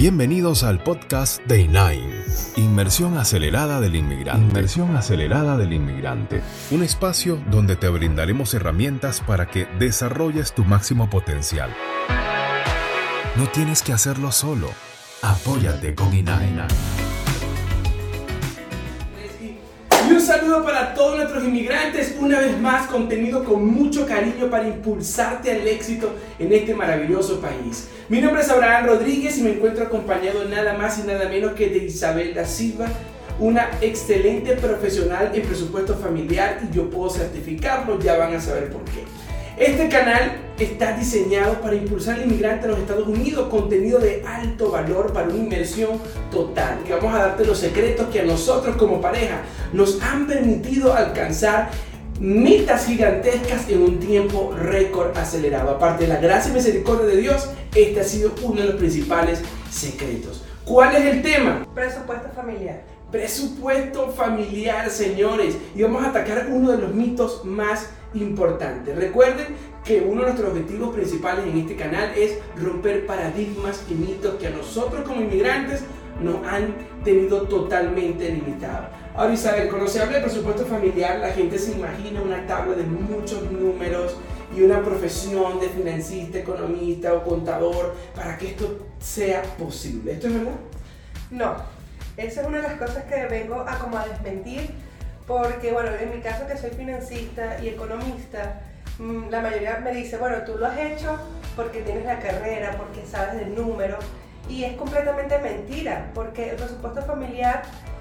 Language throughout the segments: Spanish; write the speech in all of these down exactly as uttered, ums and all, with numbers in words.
Bienvenidos al podcast de I N A I N, Inmersión Acelerada del Inmigrante. Inmersión Acelerada del Inmigrante. Un espacio donde te brindaremos herramientas para que desarrolles tu máximo potencial. No tienes que hacerlo solo. Apóyate con I N A I N. Y un saludo para todos nuestros inmigrantes, una vez más contenido con mucho cariño para impulsarte al éxito en este maravilloso país. Mi nombre es Abraham Rodríguez y me encuentro acompañado nada más y nada menos que de Isabel da Silva, una excelente profesional en presupuesto familiar, y yo puedo certificarlo, ya van a saber por qué. Este canal está diseñado para impulsar al inmigrante a los Estados Unidos, contenido de alto valor para una inmersión total. Y vamos a darte los secretos que a nosotros como pareja nos han permitido alcanzar metas gigantescas en un tiempo récord acelerado. Aparte de la gracia y misericordia de Dios, este ha sido uno de los principales secretos. ¿Cuál es el tema? Presupuesto familiar. Presupuesto familiar, señores. Y vamos a atacar uno de los mitos más importantes. Recuerden que uno de nuestros objetivos principales en este canal es romper paradigmas y mitos que a nosotros como inmigrantes nos han tenido totalmente limitados. Ahora, Isabel, cuando se habla de presupuesto familiar, la gente se imagina una tabla de muchos números y una profesión de financista, economista o contador para que esto sea posible. ¿Esto es verdad? No, esa es una de las cosas que vengo a como a desmentir, porque bueno, en mi caso que soy financista y economista, la mayoría me dice, bueno, tú lo has hecho porque tienes la carrera, porque sabes del número, y es completamente mentira, porque el presupuesto familiar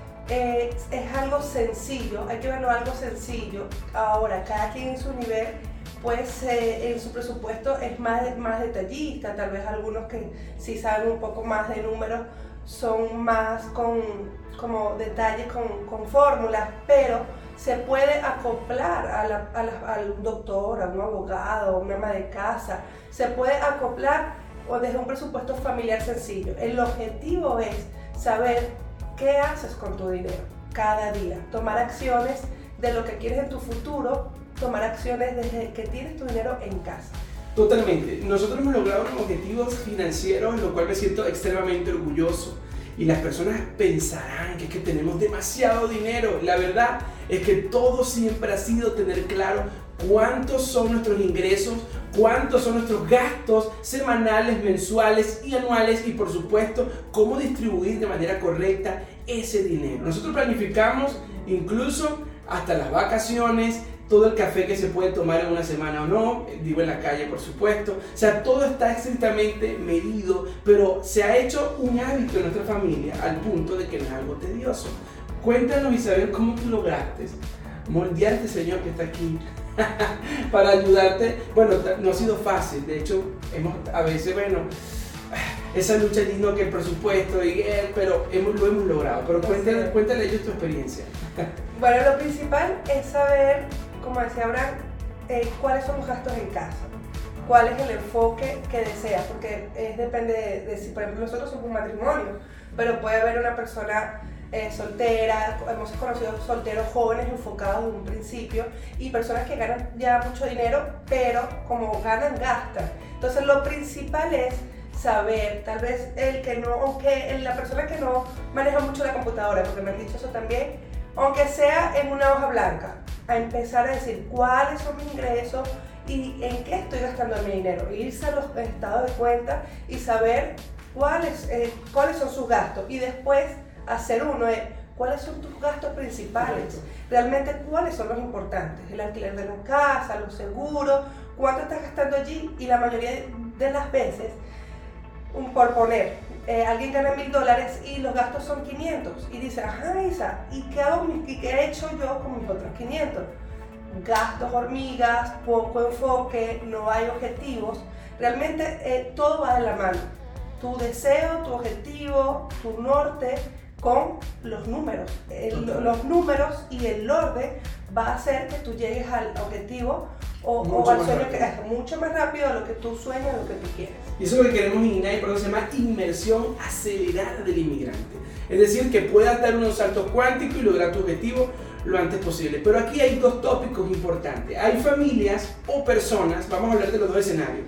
eh, es algo sencillo, hay que verlo algo sencillo. Ahora, cada quien en su nivel, pues eh, en su presupuesto es más, más detallista, tal vez algunos que sí saben un poco más de números son más con como detalles con, con fórmulas, pero se puede acoplar a la, a la, al doctor, a un abogado, a una ama de casa, se puede acoplar o desde un presupuesto familiar sencillo. El objetivo es saber qué haces con tu dinero cada día, tomar acciones de lo que quieres en tu futuro, tomar acciones desde que tienes tu dinero en casa. Totalmente. Nosotros hemos logrado objetivos financieros, lo cual me siento extremadamente orgulloso. Y las personas pensarán que es que tenemos demasiado dinero. La verdad es que todo siempre ha sido tener claro cuántos son nuestros ingresos, cuántos son nuestros gastos semanales, mensuales y anuales, y por supuesto cómo distribuir de manera correcta ese dinero. Nosotros planificamos incluso hasta las vacaciones, todo el café que se puede tomar en una semana o no, digo en la calle por supuesto. O sea, todo está estrictamente medido, pero se ha hecho un hábito en nuestra familia al punto de que no es algo tedioso. Cuéntanos, Isabel, cómo tú lograste moldear a este señor que está aquí para ayudarte. Bueno, no ha sido fácil, de hecho, hemos a veces, bueno, esa lucha digno que el presupuesto y él, pero hemos, lo hemos logrado. Pero cuéntale, cuéntale a ellos tu experiencia. Bueno, lo principal es saber, como decía Abraham, eh, cuáles son los gastos en casa, cuál es el enfoque que deseas, porque es, depende de, de si, por ejemplo, nosotros somos un matrimonio, pero puede haber una persona eh, soltera, hemos conocido solteros jóvenes enfocados en un principio, y personas que ganan ya mucho dinero, pero como ganan, gastan. Entonces lo principal es saber, tal vez el que no, aunque la persona que no maneja mucho la computadora, porque me han dicho eso también, aunque sea en una hoja blanca, a empezar a decir cuáles son mis ingresos y en qué estoy gastando mi dinero, irse a los estados de cuenta y saber cuáles, eh, cuáles son sus gastos, y después hacer uno de cuáles son tus gastos principales, realmente cuáles son los importantes, el alquiler de la casa, los seguros, cuánto estás gastando allí. Y la mayoría de las veces, por poner, eh, alguien gana mil dólares y los gastos son quinientos y dice, ajá, Isa, ¿y qué hago, y qué he hecho yo con mis otros quinientos? Gastos hormigas, poco enfoque, no hay objetivos. Realmente eh, todo va de la mano, tu deseo, tu objetivo, tu norte con los números. El, los números y el orden va a hacer que tú llegues al objetivo o, o al sueño que es mucho más rápido a lo que tú sueñas, lo que tú quieres. Y eso es lo que queremos en I N A I, por eso se llama inmersión acelerada del inmigrante. Es decir, que puedas dar unos saltos cuánticos y lograr tu objetivo lo antes posible. Pero aquí hay dos tópicos importantes. Hay familias o personas, vamos a hablar de los dos escenarios.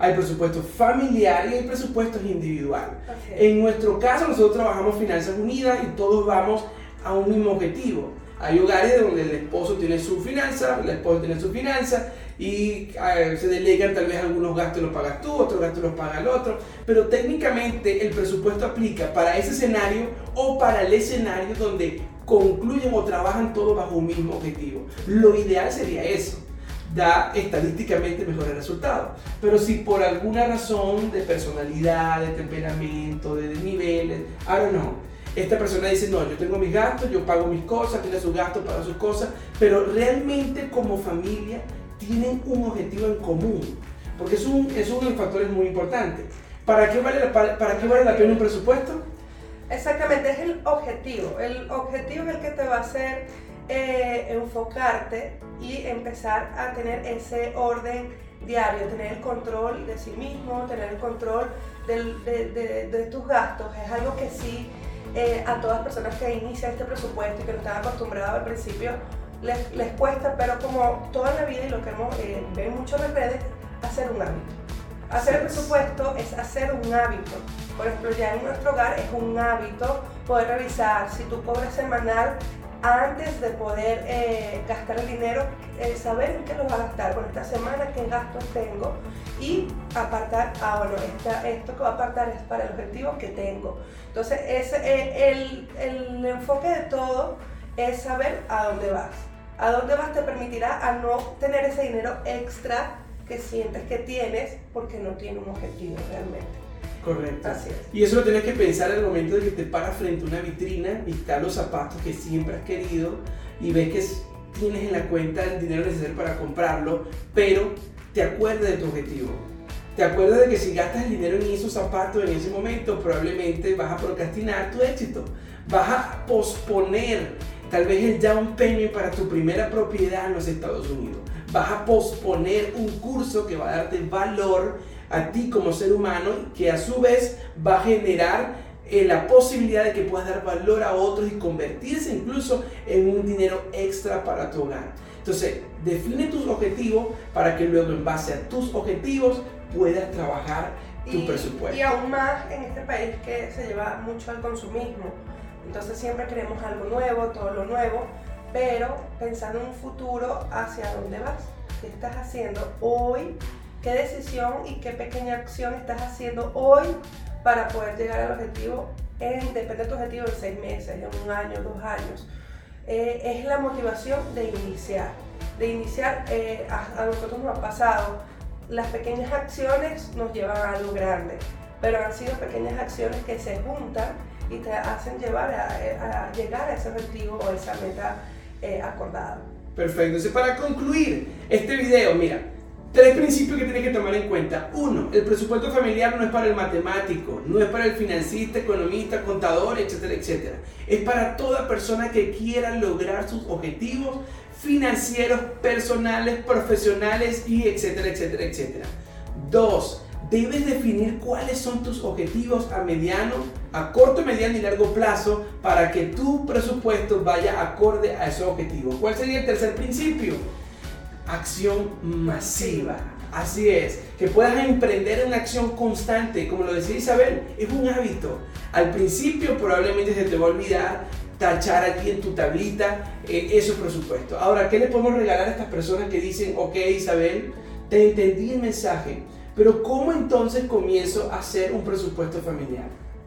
hay presupuesto familiar y hay presupuestos individual. Okay. En nuestro caso, nosotros trabajamos Finanzas Unidas y todos vamos a un mismo objetivo. Hay hogares donde el esposo tiene su finanza, la esposa tiene su finanza y eh, se delegan tal vez algunos gastos los pagas tú, otros gastos los paga el otro, pero técnicamente el presupuesto aplica para ese escenario o para el escenario donde concluyen o trabajan todos bajo un mismo objetivo. Lo ideal sería eso. Da estadísticamente mejores resultados. Pero si por alguna razón de personalidad, de temperamento, de niveles, I don't know, esta persona dice, no, yo tengo mis gastos, yo pago mis cosas, tiene sus gastos, paga sus cosas, pero realmente como familia tienen un objetivo en común, porque es, un, es uno de los factores muy importantes. ¿Para qué vale la, para, para qué vale la pena un presupuesto? Exactamente, es el objetivo. El objetivo es el que te va a hacer eh, enfocarte y empezar a tener ese orden diario, tener el control de sí mismo, tener el control del, de, de, de tus gastos. Es algo que sí eh, a todas las personas que inician este presupuesto y que no están acostumbrados al principio les, les cuesta, pero como toda la vida y lo que hemos, eh, ven mucho en las redes, hacer un hábito. Hacer el presupuesto es hacer un hábito. Por ejemplo, ya en nuestro hogar es un hábito poder revisar si tú cobras semanal antes de poder eh, gastar el dinero, eh, saber en qué lo vas a gastar. Bueno, esta semana qué gastos tengo y apartar, ah bueno, esta, esto que voy a apartar es para el objetivo que tengo. Entonces, ese, eh, el, el enfoque de todo es saber a dónde vas. A dónde vas te permitirá a no tener ese dinero extra que sientes que tienes porque no tiene un objetivo realmente. Correcto. Así es. Y eso lo tienes que pensar en el momento de que te paras frente a una vitrina y están los zapatos que siempre has querido y ves que tienes en la cuenta el dinero necesario para comprarlo, pero te acuerdas de tu objetivo. Te acuerdas de que si gastas el dinero en esos zapatos en ese momento, probablemente vas a procrastinar tu éxito. Vas a posponer tal vez el down payment para tu primera propiedad en los Estados Unidos. Vas a posponer un curso que va a darte valor a ti como ser humano y que a su vez va a generar eh, la posibilidad de que puedas dar valor a otros y convertirse incluso en un dinero extra para tu hogar. Entonces, define tus objetivos para que luego en base a tus objetivos puedas trabajar tu y, presupuesto. Y aún más en este país que se lleva mucho al consumismo. Entonces siempre queremos algo nuevo, todo lo nuevo, pero pensando en un futuro, ¿hacia dónde vas? ¿Qué estás haciendo hoy? ¿Qué decisión y qué pequeña acción estás haciendo hoy para poder llegar al objetivo? En, depende de tu objetivo en seis meses, en un año, dos años. Eh, es la motivación de iniciar. De iniciar, eh, a, a nosotros nos ha pasado, las pequeñas acciones nos llevan a algo grande, pero han sido pequeñas acciones que se juntan y te hacen llevar a, a llegar a ese objetivo o esa meta eh, acordada. Perfecto. Entonces, para concluir este video, mira, tres principios que tienes que tomar en cuenta. Uno, el presupuesto familiar no es para el matemático, no es para el financista, economista, contador, etcétera, etcétera. Es para toda persona que quiera lograr sus objetivos financieros, personales, profesionales y etcétera, etcétera, etcétera. Dos, debes definir cuáles son tus objetivos a mediano, a corto, mediano y largo plazo para que tu presupuesto vaya acorde a esos objetivos. ¿Cuál sería el tercer principio? Acción masiva. Así es, que puedas emprender una acción constante, como lo decía Isabel, es un hábito. Al principio probablemente se te va a olvidar tachar aquí en tu tablita eh, esos presupuestos. Ahora, ¿qué le podemos regalar a estas personas que dicen, ok Isabel, te entendí el mensaje, pero ¿cómo entonces comienzo a hacer un presupuesto familiar?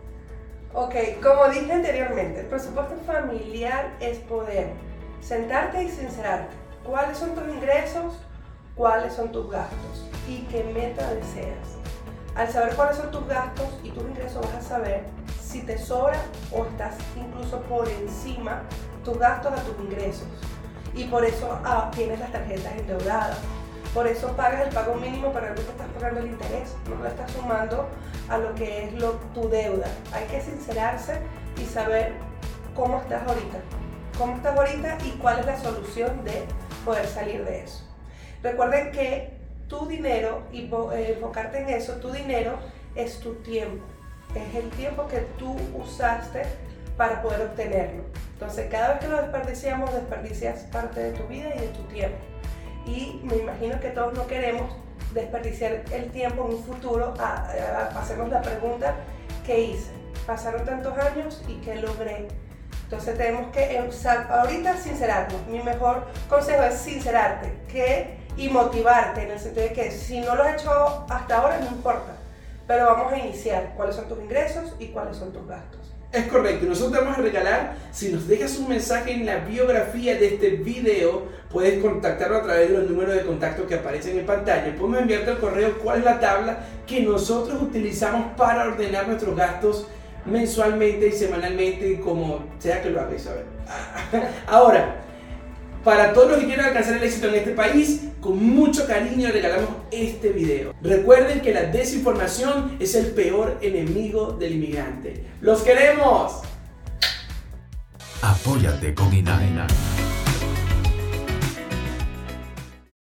Ok, como dije anteriormente, el presupuesto familiar es poder sentarte y sincerarte. ¿Cuáles son tus ingresos? ¿Cuáles son tus gastos? ¿Y qué meta deseas? Al saber cuáles son tus gastos y tus ingresos vas a saber si te sobra o estás incluso por encima tus gastos a tus ingresos. Y por eso ah, tienes las tarjetas endeudadas. Por eso pagas el pago mínimo, pero luego estás pagando el interés. No lo estás sumando a lo que es lo, tu deuda. Hay que sincerarse y saber cómo estás ahorita. Cómo estás ahorita y cuál es la solución de poder salir de eso. Recuerden que tu dinero, y eh, enfocarte en eso, tu dinero es tu tiempo. Es el tiempo que tú usaste para poder obtenerlo. Entonces, cada vez que lo desperdiciamos, desperdicias parte de tu vida y de tu tiempo. Y me imagino que todos no queremos desperdiciar el tiempo en un futuro a, a hacernos la pregunta, ¿qué hice? Pasaron tantos años y ¿qué logré? Entonces tenemos que ahorita sincerarnos. Mi mejor consejo es sincerarte que, y motivarte en el sentido de que si no lo has hecho hasta ahora no importa, pero vamos a iniciar cuáles son tus ingresos y cuáles son tus gastos. Es correcto, nosotros te vamos a regalar, si nos dejas un mensaje en la biografía de este video, puedes contactarlo a través de los números de contacto que aparecen en pantalla. Podemos enviarte al correo cuál es la tabla que nosotros utilizamos para ordenar nuestros gastos mensualmente y semanalmente, como sea que lo hagas. Ahora, para todos los que quieran alcanzar el éxito en este país, con mucho cariño regalamos este video. Recuerden que la desinformación es el peor enemigo del inmigrante. ¡Los queremos! Apóyate con INAI.